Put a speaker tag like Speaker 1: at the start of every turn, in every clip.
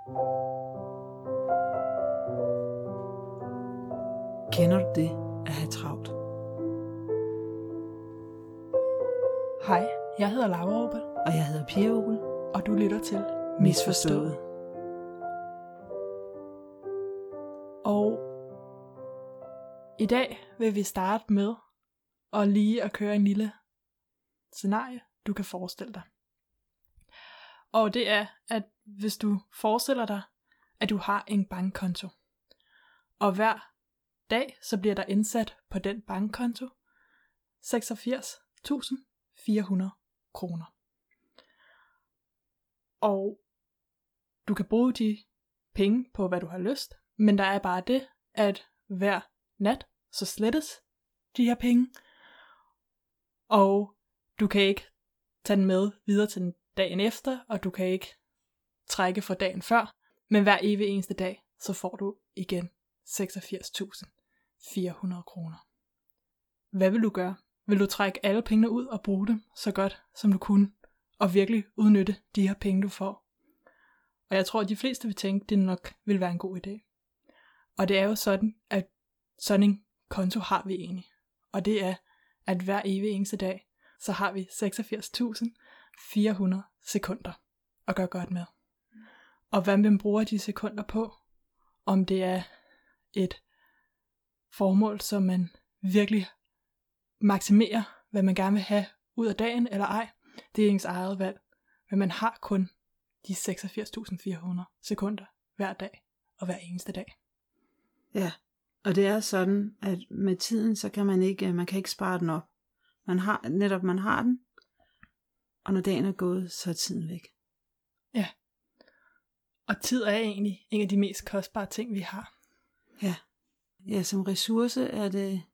Speaker 1: Kender du det at have travlt?
Speaker 2: Hej, jeg hedder Laura Opel,
Speaker 1: Og jeg hedder Pia Opel.
Speaker 2: og du lytter til
Speaker 1: Misforstået.
Speaker 2: Og i dag vil vi starte med at køre en lille scenarie, du kan forestille dig. Og det er, at hvis du forestiller dig, at du har en bankkonto, og hver dag så bliver der indsat på den bankkonto 86.400 kroner. Og du kan bruge de penge på, hvad du har lyst, men der er bare det, at hver nat så slettes de her penge, og du kan ikke tage den med videre til den dagen efter, og du kan ikke trække for dagen før, men hver evig eneste dag, så får du igen 86.400 kroner. Hvad vil du gøre? Vil du trække alle pengene ud og bruge dem så godt, som du kunne, og virkelig udnytte de her penge, du får? Og jeg tror, at de fleste vil tænke, at det nok vil være en god idé. Og det er jo sådan, at sådan en konto har vi egentlig. Og det er, at hver evig eneste dag, så har vi 86.400 sekunder at gøre godt med. Og hvad man bruger de sekunder på, om det er et formål, som man virkelig maksimerer, hvad man gerne vil have ud af dagen eller ej, det er ens eget valg. Men man har kun de 86.400 sekunder hver dag og hver eneste dag.
Speaker 1: Ja, og det er sådan, at med tiden, så kan man ikke spare den op. Man har den, og når dagen er gået, så er tiden væk.
Speaker 2: Ja, og tid er egentlig en af de mest kostbare ting, vi har.
Speaker 1: Ja, som ressource er det,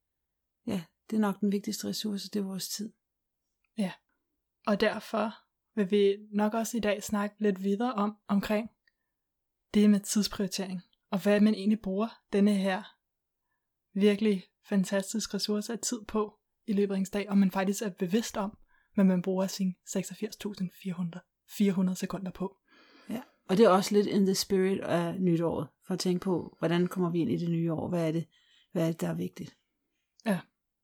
Speaker 1: det er nok den vigtigste ressource, det er vores tid.
Speaker 2: Ja, og derfor vil vi nok også i dag snakke lidt videre omkring det med tidsprioritering, og hvad man egentlig bruger denne her virkelig fantastisk ressource af tid på i løbet af en dag, og man faktisk er bevidst om, hvad man bruger sine 86.400 sekunder på.
Speaker 1: Ja, og det er også lidt in the spirit af nytåret, for at tænke på, hvordan kommer vi ind i det nye år, hvad er det, der er vigtigt.
Speaker 2: Ja,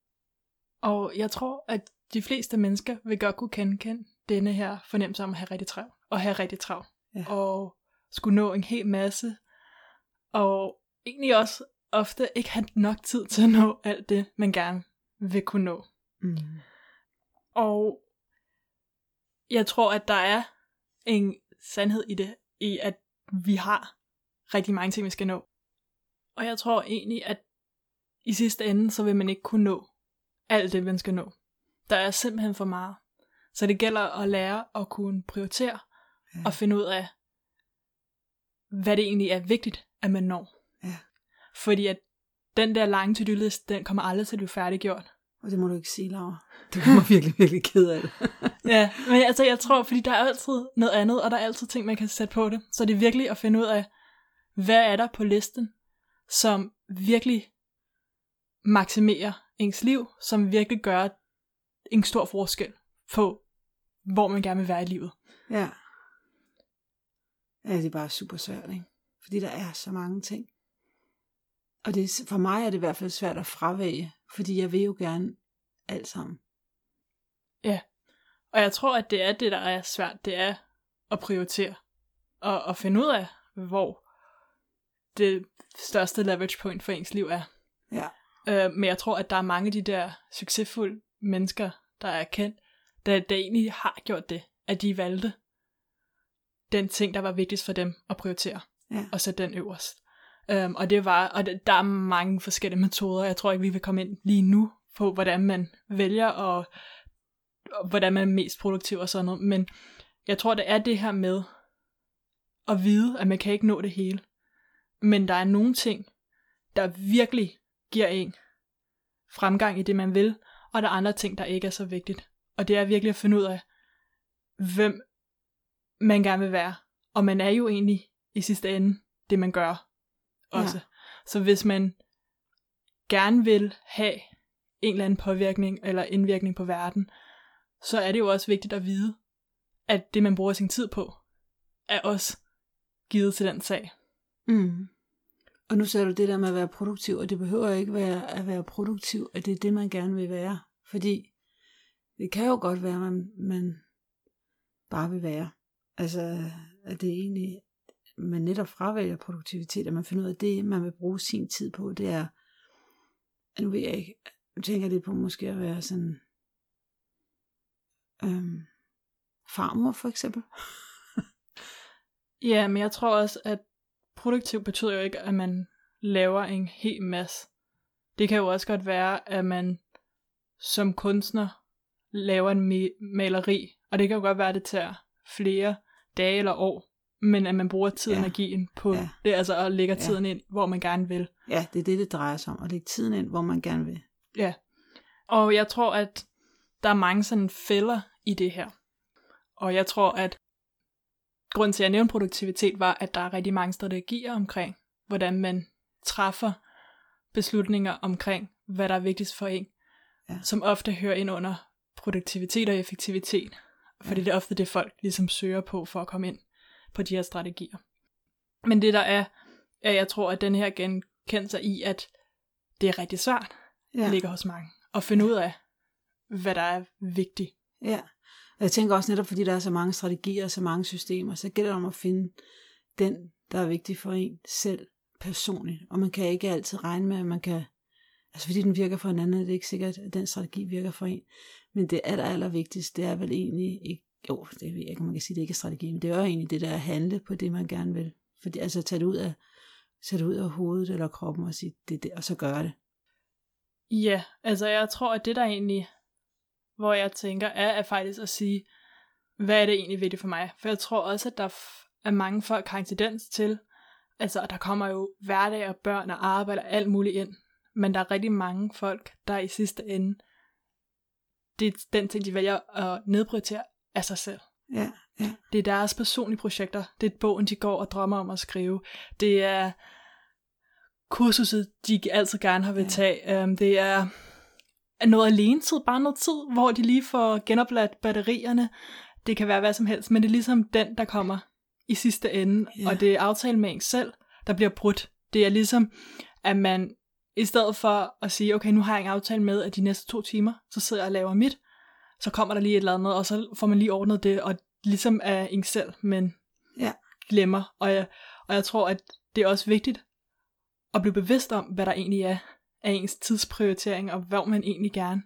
Speaker 2: og jeg tror, at de fleste mennesker vil godt kunne kende denne her fornemmelse om at have rigtig travlt,
Speaker 1: Ja.
Speaker 2: og skulle nå en hel masse, og egentlig også ofte ikke have nok tid til at nå alt det, man gerne vil kunne nå.
Speaker 1: Mm.
Speaker 2: Og jeg tror, at der er en sandhed i det, i at vi har rigtig mange ting, vi skal nå. Og jeg tror egentlig, at i sidste ende, så vil man ikke kunne nå alt det, man skal nå. Der er simpelthen for meget. Så det gælder at lære at kunne prioritere, og finde ud af, hvad det egentlig er vigtigt, at man når.
Speaker 1: Ja.
Speaker 2: Fordi at den der lange to-do-list, den kommer aldrig til at blive færdiggjort.
Speaker 1: Og det må du ikke sige, Laura. Du kommer virkelig, virkelig ked af det.
Speaker 2: Ja, men altså jeg tror, fordi der er altid noget andet, og der er altid ting, man kan sætte på det. Så det er virkelig at finde ud af, hvad er der på listen, som virkelig maksimerer ens liv, som virkelig gør en stor forskel på, hvor man gerne vil være i livet.
Speaker 1: Ja. Ja, det er bare super svært, ikke? Fordi der er så mange ting. Og for mig er det i hvert fald svært at fravælge, fordi jeg vil jo gerne alt sammen.
Speaker 2: Ja, og jeg tror, at det er det, der er svært, det er at prioritere, og finde ud af, hvor det største leverage point for ens liv er.
Speaker 1: Ja.
Speaker 2: Men jeg tror, at der er mange af de der succesfulde mennesker, der er kendt, der egentlig har gjort det, at de valgte den ting, der var vigtigst for dem at prioritere, og sætte den øverst. Og der er mange forskellige metoder. Jeg tror ikke, vi vil komme ind lige nu på, hvordan man vælger, og hvordan man er mest produktiv og sådan noget. Men jeg tror, det er det her med at vide, at man kan ikke nå det hele. Men der er nogle ting, der virkelig giver en fremgang i det, man vil, og der er andre ting, der ikke er så vigtigt. Og det er virkelig at finde ud af, hvem man gerne vil være. Og man er jo egentlig i sidste ende det, man gør også. Ja. Så hvis man gerne vil have en eller anden påvirkning eller indvirkning på verden, så er det jo også vigtigt at vide, at det, man bruger sin tid på, er også givet til den sag.
Speaker 1: Mm. Og nu ser du det der med at være produktiv, og det behøver ikke være at være produktiv, at det er det, man gerne vil være. Fordi det kan jo godt være, at man bare vil være. Altså, at det egentlig, man netop fravælger produktivitet, at man finder ud af, at det, man vil bruge sin tid på, det er, nu ved jeg ikke, jeg tænker lidt på måske at være sådan, farmor for eksempel.
Speaker 2: Ja, men jeg tror også, at produktiv betyder jo ikke, at man laver en hel masse. Det kan jo også godt være, at man som kunstner laver en maleri, og det kan jo godt være, at det tager flere dage eller år, men at man bruger tid og energien på det, altså at lægge tiden ind, hvor man gerne vil.
Speaker 1: Ja, det er det drejer sig om, at lægge tiden ind, hvor man gerne vil.
Speaker 2: Ja, og jeg tror, at der er mange sådan fælder i det her. Og jeg tror, at grunden til, at jeg nævnte produktivitet, var, at der er rigtig mange strategier omkring, hvordan man træffer beslutninger omkring, hvad der er vigtigst for en, som ofte hører ind under produktivitet og effektivitet. Fordi det er ofte det, folk ligesom søger på, for at komme ind på de her strategier. Men det der er, at jeg tror, at den her genkender sig i, at det er rigtig svært, ligger hos mange, at finde ud af, hvad der er vigtigt.
Speaker 1: Ja, og jeg tænker også netop, fordi der er så mange strategier og så mange systemer, så gælder det om at finde den, der er vigtig for en selv personligt. Og man kan ikke altid regne med, at man kan, altså fordi den virker for en anden, er det ikke sikkert, at den strategi virker for en. Men det allervigtigste, det er vel egentlig ikke, det ved jeg ikke, man kan sige, det ikke er strategi, men det er jo egentlig det der at handle på det, man gerne vil. Fordi altså tage det ud af hovedet eller kroppen og sige det, og så gøre det.
Speaker 2: Ja, altså jeg tror, at det der egentlig, hvor jeg tænker, er faktisk at sige, hvad er det egentlig vigtigt for mig? For jeg tror også, at der er mange folk, har en tendens til, altså der kommer jo hverdag og børn og arbejde og alt muligt ind, men der er rigtig mange folk, der i sidste ende, det er den ting, de vælger at nedprioritere af sig selv.
Speaker 1: Ja.
Speaker 2: Det er deres personlige projekter, det er bogen, de går og drømmer om at skrive, det er kursuset, de altid gerne har vil tage, det er noget alenetid, bare noget tid, hvor de lige får genopladt batterierne, det kan være hvad som helst, men det er ligesom den, der kommer i sidste ende, og det er aftalen med en selv, der bliver brudt. Det er ligesom, at man i stedet for at sige, okay, nu har jeg en aftale med, at de næste 2 timer, så sidder jeg og laver mit, så kommer der lige et eller andet, og så får man lige ordnet det, og ligesom er en selv, men glemmer. Og jeg tror, at det er også vigtigt at blive bevidst om, hvad der egentlig er af ens tidsprioritering, og hvad man egentlig gerne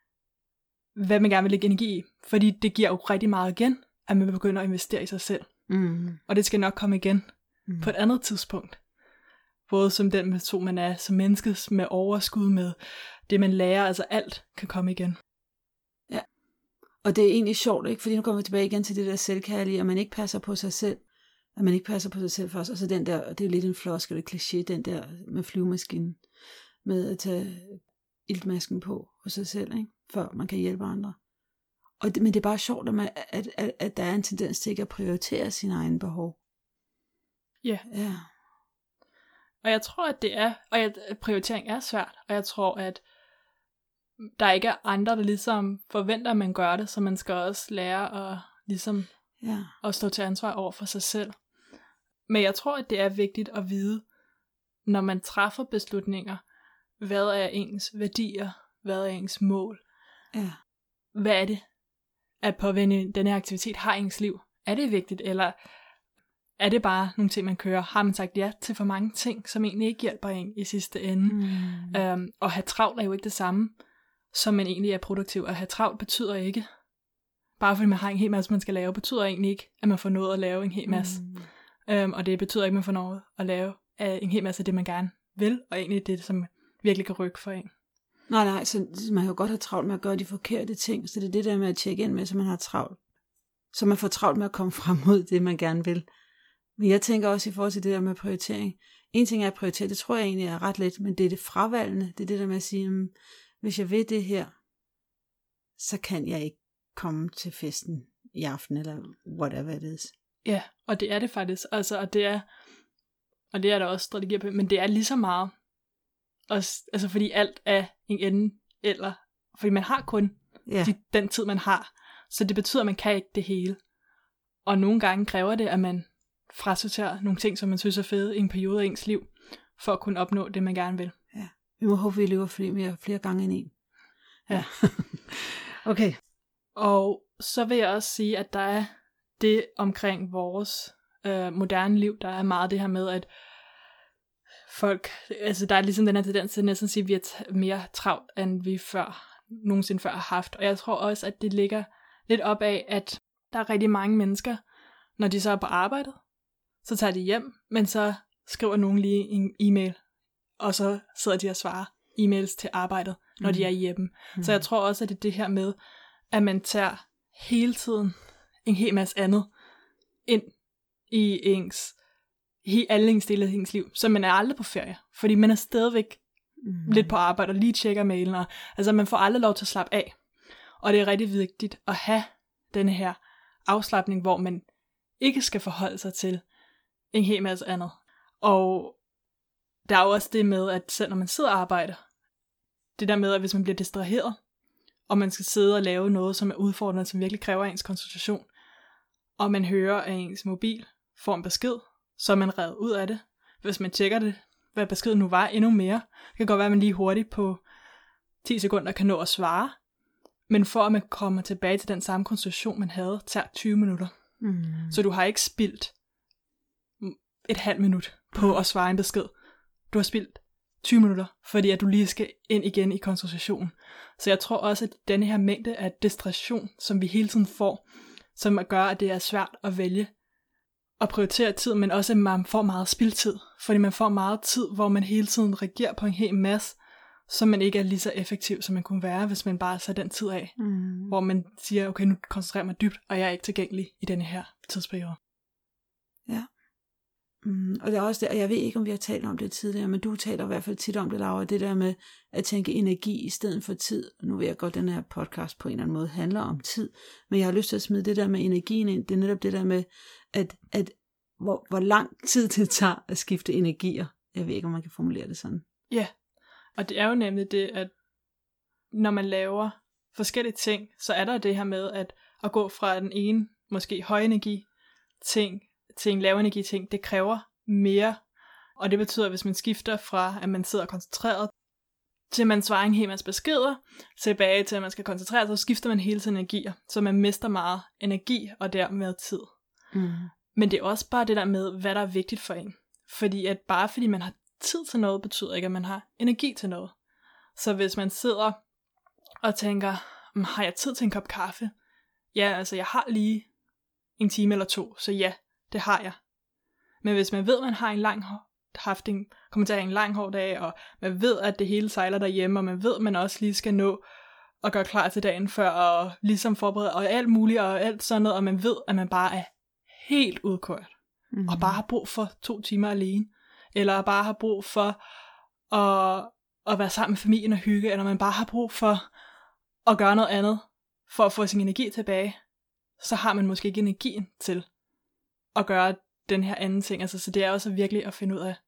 Speaker 2: vil lægge energi i. Fordi det giver jo rigtig meget igen, at man begynder at investere i sig selv.
Speaker 1: Mm.
Speaker 2: Og det skal nok komme igen på et andet tidspunkt. Både som den person, man er, som mennesket med overskud, med det, man lærer, altså alt kan komme igen.
Speaker 1: Ja, og det er egentlig sjovt, ikke? Fordi nu kommer vi tilbage igen til det der selvkærlige, at man ikke passer på sig selv. At man ikke passer på sig selv først. Og så den der, det er jo lidt en floskel, det kliché, den der med flyvemaskinen, med at tage iltmasken på sig selv, ikke? Før man kan hjælpe andre. Men det er bare sjovt, at der er en tendens til ikke at prioritere sine egne behov.
Speaker 2: Ja. Og jeg tror, at det er, og at prioritering er svært, og jeg tror, at der ikke er andre, der ligesom forventer, at man gør det, så man skal også lære at ligesom at stå til ansvar over for sig selv. Men jeg tror, at det er vigtigt at vide, når man træffer beslutninger, hvad er ens værdier, hvad er ens mål, hvad er det, at påvende den her aktivitet har ens liv? Er det vigtigt, eller er det bare nogle ting, man kører? Har man sagt ja til for mange ting, som egentlig ikke hjælper en i sidste ende? Og have travlt er jo ikke det samme, som man egentlig er produktiv. At have travlt betyder ikke, bare fordi man har en hel masse, man skal lave, betyder egentlig ikke, at man får noget at lave en hel masse. Og det betyder ikke, at man får noget at lave en hel masse af det, man gerne vil, og egentlig det, som virkelig kan rykke for en.
Speaker 1: Nej, så man kan jo godt have travlt med at gøre de forkerte ting, så det er det der med at tjekke ind med, så man har travlt. Så man får travlt med at komme frem mod det, man gerne vil. Men jeg tænker også i forhold til det der med prioritering. En ting er at prioritere, det tror jeg egentlig er ret let, men det er det fravalgende. Det er det der med at sige, hvis jeg vil det her, så kan jeg ikke komme til festen i aften, eller whatever it is.
Speaker 2: Ja, og det er det faktisk. Altså, og det er der også strategier på, men det er lige så meget, også, altså fordi alt er en ende, eller fordi man har kun den tid, man har. Så det betyder, at man kan ikke det hele. Og nogle gange kræver det, at man frasortere nogle ting, som man synes er fede i en periode af ens liv, for at kunne opnå det, man gerne vil.
Speaker 1: Ja, vi må håbe, vi lever flere gange end en.
Speaker 2: Ja.
Speaker 1: Okay.
Speaker 2: Og så vil jeg også sige, at der er det omkring vores moderne liv, der er meget det her med, at folk, altså der er ligesom den her tendens til næsten at sige, at vi er mere travlt, end vi nogensinde før har haft. Og jeg tror også, at det ligger lidt op af, at der er rigtig mange mennesker, når de så er på arbejdet, så tager de hjem, men så skriver nogen lige en e-mail, og så sidder de og svarer e-mails til arbejdet, når de er hjemme. Så jeg tror også, at det er det her med, at man tager hele tiden en hel masse andet ind i alle ens dele af ens liv, så man er aldrig på ferie, fordi man er stadigvæk lidt på arbejde og lige tjekker mailen, og altså man får aldrig lov til at slappe af. Og det er rigtig vigtigt at have denne her afslapning, hvor man ikke skal forholde sig til en hel masse andet. Og der er jo også det med, at selv når man sidder og arbejder, det der med, at hvis man bliver distraheret, og man skal sidde og lave noget, som er udfordrende, som virkelig kræver ens koncentration, og man hører, at ens mobil får en besked, så er man revet ud af det. Hvis man tjekker det, hvad beskeden nu var, endnu mere. Det kan godt være, at man lige hurtigt på 10 sekunder kan nå at svare, men for at man kommer tilbage til den samme koncentration, man havde, tager 20 minutter. Så du har ikke spildt et halvt minut på at svare en besked. Du har spildt 20 minutter, fordi at du lige skal ind igen i koncentrationen. Så jeg tror også, at denne her mængde af distraktion, som vi hele tiden får, som gør, at det er svært at vælge at prioritere tid, men også at man får meget spildtid, fordi man får meget tid, hvor man hele tiden reagerer på en hel masse, så man ikke er lige så effektiv, som man kunne være, hvis man bare satte den tid af, hvor man siger, okay, nu koncentrerer mig dybt, og jeg er ikke tilgængelig i denne her tidsperiode.
Speaker 1: Ja. Og det er også det, og jeg ved ikke, om vi har talt om det tidligere, men du taler i hvert fald tit om det, Laura, det der med at tænke energi i stedet for tid. Nu ved jeg godt, at den her podcast på en eller anden måde handler om tid, men jeg har lyst til at smide det der med energien ind. Det er netop det der med, at hvor lang tid det tager at skifte energier. Jeg ved ikke, om man kan formulere det sådan.
Speaker 2: Ja, og det er jo nemlig det, at når man laver forskellige ting, så er der det her med at gå fra den ene, måske højenergi ting, til en lavenergi ting, det kræver mere. Og det betyder, at hvis man skifter fra, at man sidder koncentreret, til man svarer en hel masse beskeder, tilbage til, at man skal koncentrere sig, så skifter man hele tiden energier. Så man mister meget energi, og dermed tid. Men det er også bare det der med, hvad der er vigtigt for en. Fordi at bare fordi man har tid til noget, betyder ikke, at man har energi til noget. Så hvis man sidder og tænker, har jeg tid til en kop kaffe? Ja, altså jeg har lige en time eller 2, så ja, det har jeg. Men hvis man ved, at man har kommer til at have en lang hård dag, og man ved, at det hele sejler derhjemme, og man ved, at man også lige skal nå at gøre klar til dagen før, og ligesom forberede, og alt muligt, og alt sådan noget, og man ved, at man bare er helt udkørt, og bare har brug for 2 timer alene, eller bare har brug for at være sammen med familien og hygge, eller man bare har brug for at gøre noget andet, for at få sin energi tilbage, så har man måske ikke energien til at gøre den her anden ting. Altså, så det er også virkelig at finde ud af,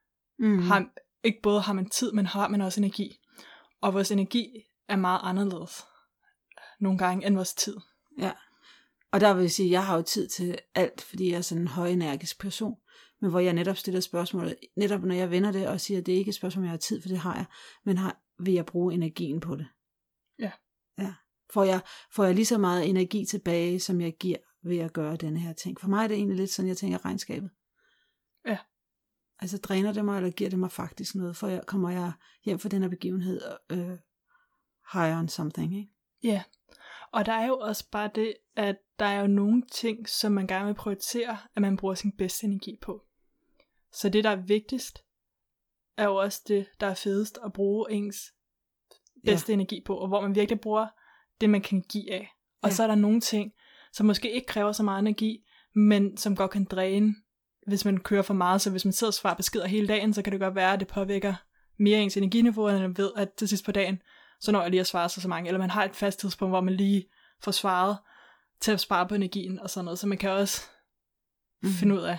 Speaker 2: ikke både har man tid, men har man også energi. Og vores energi er meget anderledes nogle gange end vores tid.
Speaker 1: Ja, og der vil jeg sige, at jeg har jo tid til alt, fordi jeg er sådan en højenergisk person. Men hvor jeg netop stiller spørgsmålet, netop når jeg vender det og siger, at det ikke er et spørgsmål, jeg har tid, for det har jeg, men vil jeg bruge energien på det?
Speaker 2: Ja.
Speaker 1: Ja. Får jeg lige så meget energi tilbage, som jeg giver ved at gøre denne her ting? For mig er det egentlig lidt sådan, jeg tænker regnskabet.
Speaker 2: Ja.
Speaker 1: Altså dræner det mig, eller giver det mig faktisk noget? Kommer jeg hjem fra den her begivenhed higher on something, ikke?
Speaker 2: Ja, og der er jo også bare det, at der er jo nogle ting, som man gerne vil prioritere, at man bruger sin bedste energi på. Så det, der er vigtigst, er jo også det, der er fedest at bruge ens bedste energi på, og hvor man virkelig bruger det, man kan give af. Og så er der nogle ting, som måske ikke kræver så meget energi, men som godt kan dræne, hvis man kører for meget. Så hvis man sidder og svarer beskeder hele dagen, så kan det godt være, at det påvirker mere ens energiniveau, end man ved, at til sidst på dagen, så når jeg lige at svare så mange. Eller man har et fast tidspunkt, hvor man lige får svaret til at spare på energien og sådan noget. Så man kan også finde ud af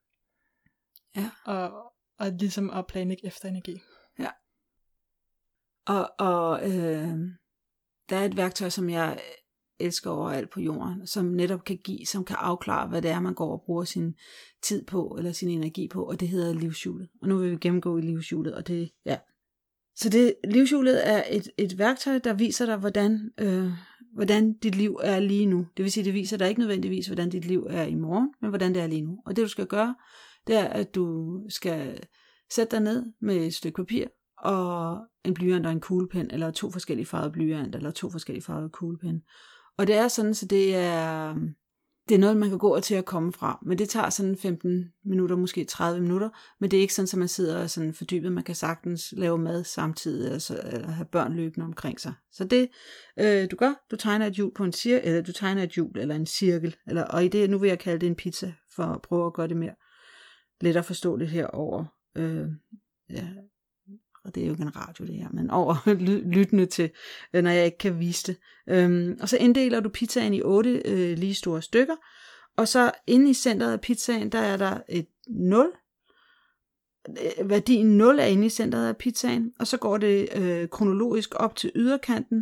Speaker 2: og ligesom at planlægge efter energi.
Speaker 1: Ja. Og der er et værktøj, som jeg elsker overalt på jorden, som netop kan give, som kan afklare, hvad det er, man går og bruger sin tid på, eller sin energi på, og det hedder livshjulet. Og nu vil vi gennemgå i livshjulet, og det, ja. Så det, livshjulet er et værktøj, der viser dig, hvordan dit liv er lige nu. Det vil sige, det viser dig ikke nødvendigvis, hvordan dit liv er i morgen, men hvordan det er lige nu. Og det du skal gøre, det er, at du skal sætte dig ned med et stykke papir, og en blyant og en kuglepen, eller 2 forskellige farvede blyant, eller 2 forskellige farvede kuglepen. Og det er sådan, så det er noget, man kan gå til at komme fra. Men det tager sådan 15 minutter, måske 30 minutter. Men det er ikke sådan, at man sidder sådan fordybet. Man kan sagtens lave mad samtidig, eller have børn løbende omkring sig. Så det, du gør, du tegner et hjul på en cirkel, eller du tegner et hjul, eller en cirkel. Og i det, nu vil jeg kalde det en pizza, for at prøve at gøre det mere lettere forståeligt herover. Og det er jo ikke en radio det her, men over lyttende til, når jeg ikke kan vise det. Og så inddeler du pizzaen i 8 lige store stykker, og så inde i centret af pizzaen, der er der et 0. Værdien 0 er inde i centret af pizzaen, og så går det kronologisk op til yderkanten,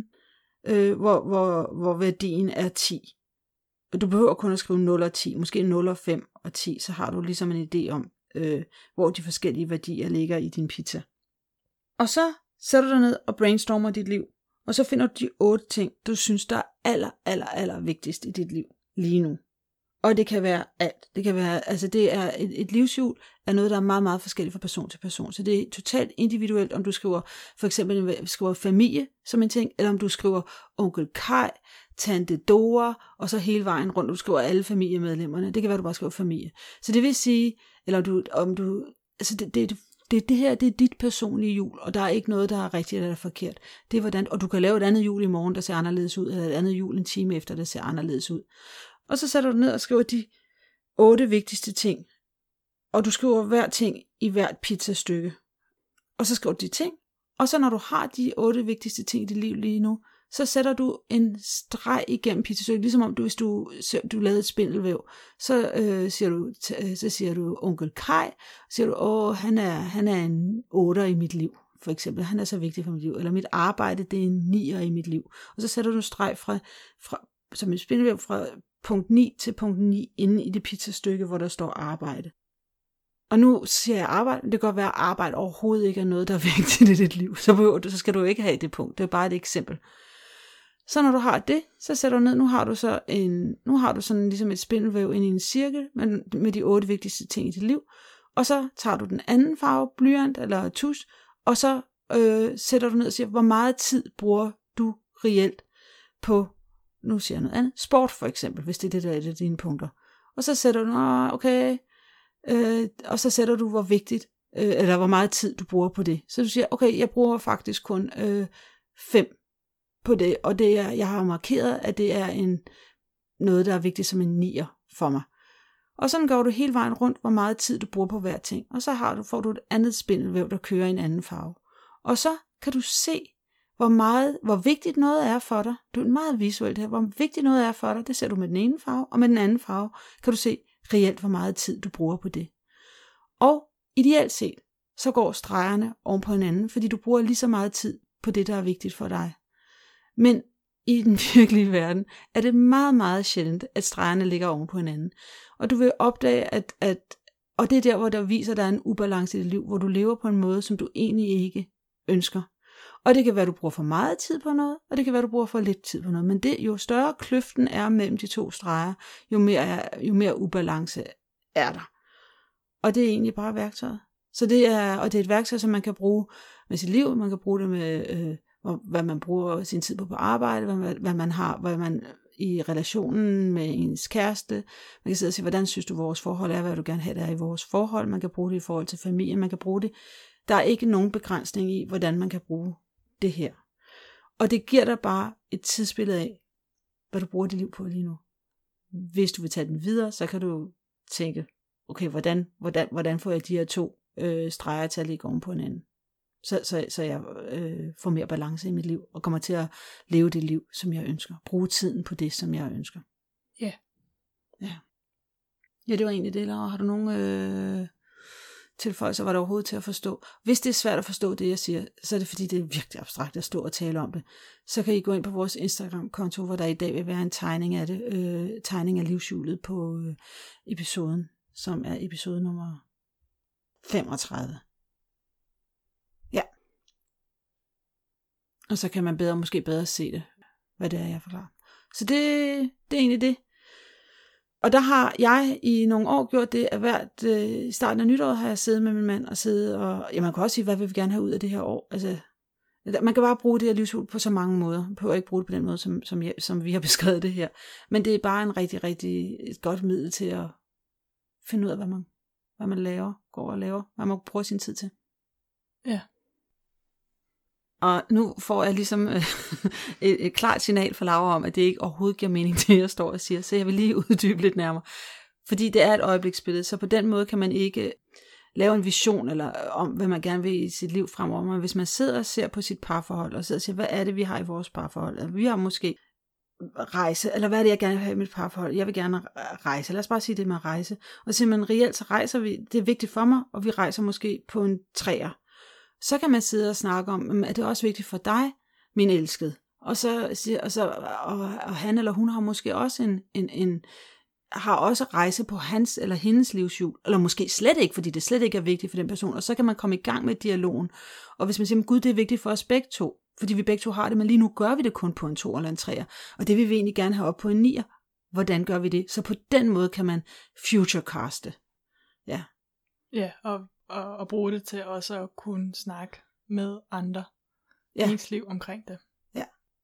Speaker 1: hvor værdien er 10. Du behøver kun at skrive 0 og 10, måske 0 og 5 og 10, så har du ligesom en idé om, hvor de forskellige værdier ligger i din pizza. Og så sætter du dig ned og brainstormer dit liv. Og så finder du de 8 ting, du synes, der er aller vigtigst i dit liv lige nu. Og det kan være alt. Det kan være, altså det er et livshjul er noget, der er meget, meget forskelligt fra person til person. Så det er totalt individuelt, om du skriver for eksempel familie som en ting, eller om du skriver onkel Kai, tante Dora, og så hele vejen rundt, du skriver alle familiemedlemmerne. Det kan være, du bare skriver familie. Så det vil sige, eller om du altså det her, det er dit personlige hjul, og der er ikke noget, der er rigtigt eller forkert. Det er hvordan, og du kan lave et andet hjul i morgen, der ser anderledes ud, eller et andet hjul en time efter, der ser anderledes ud. Og så sætter du ned og skriver de 8 vigtigste ting, og du skriver hver ting i hvert pizzastykke. Og så skriver du de ting, og så når du har de 8 vigtigste ting i dit liv lige nu, så sætter du en streg igennem pizzastykket, ligesom om hvis du lavede et spindelvæv, så siger du onkel Kai, siger du, han er en 8'er i mit liv, for eksempel, han er så vigtig for mit liv, eller mit arbejde, det er en 9'er i mit liv, og så sætter du en streg fra som et spindelvæv fra punkt 9 til punkt 9 inde i det pizzastykke, hvor der står arbejde. Og nu siger jeg arbejde, men det kan godt være, at arbejde overhovedet ikke er noget, der er vigtigt i dit liv. Så skal du ikke have det punkt. Det er bare et eksempel. Så når du har det, så sætter du ned. Nu har du sådan ligesom et spindelvæv ind i en cirkel med de 8 vigtigste ting i dit liv. Og så tager du den anden farve, blyant eller tus, og så sætter du ned og siger, hvor meget tid bruger du reelt på, nu siger jeg noget andet, sport for eksempel, hvis det er det, der er det dine punkter. Og så sætter du, okay, og så sætter du, hvor vigtigt, eller hvor meget tid du bruger på det. Så du siger, okay, jeg bruger faktisk kun 5 på det, og jeg har markeret, at det er noget, der er vigtigt som en 9'er for mig. Og sådan går du hele vejen rundt, hvor meget tid du bruger på hver ting. Og så får du et andet spindelvæv, der kører i en anden farve. Og så kan du se, hvor vigtigt noget er for dig. Du er meget visuelt her. Hvor vigtigt noget er for dig, det ser du med den ene farve, og med den anden farve kan du se reelt, hvor meget tid du bruger på det. Og ideelt set, så går stregerne oven på hinanden, fordi du bruger lige så meget tid på det, der er vigtigt for dig. Men i den virkelige verden er det meget, meget sjældent, at stregerne ligger oven på hinanden. Og du vil opdage, og det er der, hvor der viser, at der er en ubalance i dit liv, hvor du lever på en måde, som du egentlig ikke ønsker. Og det kan være, at du bruger for meget tid på noget, og det kan være, at du bruger for lidt tid på noget. Men jo større kløften er mellem de 2 streger, jo mere ubalance er der. Og det er egentlig bare værktøjet. Så det er et værktøj, som man kan bruge med sit liv. Man kan bruge det med, hvad man bruger sin tid på arbejde, hvad man i relationen med ens kæreste. Man kan sidde og sige, hvordan synes du, vores forhold er, hvad du gerne have, der er i vores forhold. Man kan bruge det i forhold til familien, man kan bruge det. Der er ikke nogen begrænsning i, hvordan man kan bruge det her. Og det giver dig bare et tidsbillede af, hvad du bruger dit liv på lige nu. Hvis du vil tage den videre, så kan du tænke, okay, hvordan får jeg de her 2 streger til at ligge oven på hinanden? Så jeg får mere balance i mit liv, og kommer til at leve det liv, som jeg ønsker. Bruge tiden på det, som jeg ønsker.
Speaker 2: Ja.
Speaker 1: Ja, det var egentlig det, Laura. Har du nogle tilføjelser var det overhovedet til at forstå. Hvis det er svært at forstå det, jeg siger, så er det fordi, det er virkelig abstrakt at stå og tale om det. Så kan I gå ind på vores Instagram-konto, hvor der i dag vil være en tegning af det, tegning af livshjulet på episoden, som er episode nummer 35. Ja. Og så kan man måske bedre se det, hvad det er, jeg forklarer. Så det er egentlig det. Og der har jeg i nogle år gjort det, at i starten af nytåret har jeg siddet med min mand og man kan også sige, hvad vil vi gerne have ud af det her år. Altså, man kan bare bruge det her livshjul på så mange måder. Man behøver ikke bruge det på den måde, som vi har beskrevet det her. Men det er bare en rigtig, rigtig et godt middel til at finde ud af, hvad man laver, går og laver, hvad man bruger sin tid til.
Speaker 2: Ja.
Speaker 1: Og nu får jeg ligesom et klart signal fra Laura om, at det ikke overhovedet giver mening, det jeg står og siger. Så jeg vil lige uddybe lidt nærmere. Fordi det er et øjebliksbillede, så på den måde kan man ikke lave en vision eller om, hvad man gerne vil i sit liv fremover. Men hvis man sidder og ser på sit parforhold, og sidder og siger, hvad er det, vi har i vores parforhold? Altså, vi har måske rejse, eller hvad er det, jeg gerne vil have i mit parforhold? Jeg vil gerne rejse. Lad os bare sige det med at rejse. Og så siger man reelt, så rejser vi, det er vigtigt for mig, og vi rejser måske på en 3'er. Så kan man sidde og snakke om, er det også vigtigt for dig, min elskede? Og han eller hun har måske også har også rejse på hans eller hendes livshjul, eller måske slet ikke, fordi det slet ikke er vigtigt for den person, og så kan man komme i gang med dialogen. Og hvis man siger, gud, det er vigtigt for os begge to, fordi vi begge to har det, men lige nu gør vi det kun på en 2 eller en 3'er, og det vil vi egentlig gerne have op på en 9'er. Hvordan gør vi det? Så på den måde kan man futurecaste. Ja.
Speaker 2: Ja, og bruge det til også at kunne snakke med andre i ens liv omkring det.
Speaker 1: Ja.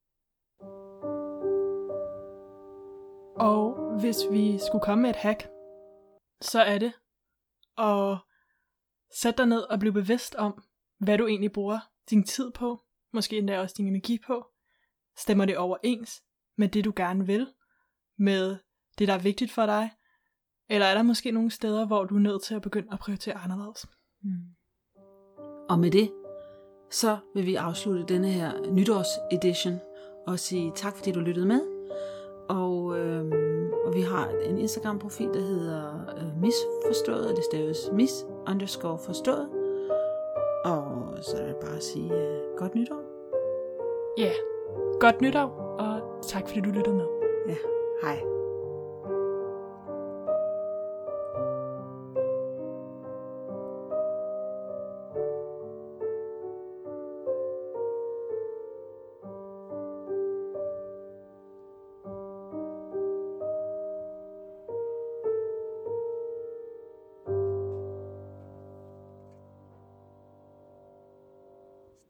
Speaker 2: Og hvis vi skulle komme med et hack, så er det at sætte dig ned og blive bevidst om, hvad du egentlig bruger din tid på, måske endda også din energi på. Stemmer det overens med det, du gerne vil, med det, der er vigtigt for dig? Eller er der måske nogle steder, hvor du er nødt til at begynde at prioritere anderledes?
Speaker 1: Og med det, så vil vi afslutte denne her nytårsedition og sige tak, fordi du lyttede med. Og vi har en Instagram-profil, der hedder misforstået, og det staves mis_forstået. Og så er det bare at sige godt nytår.
Speaker 2: Ja, godt nytår, og tak fordi du lyttede med.
Speaker 1: Ja, hej.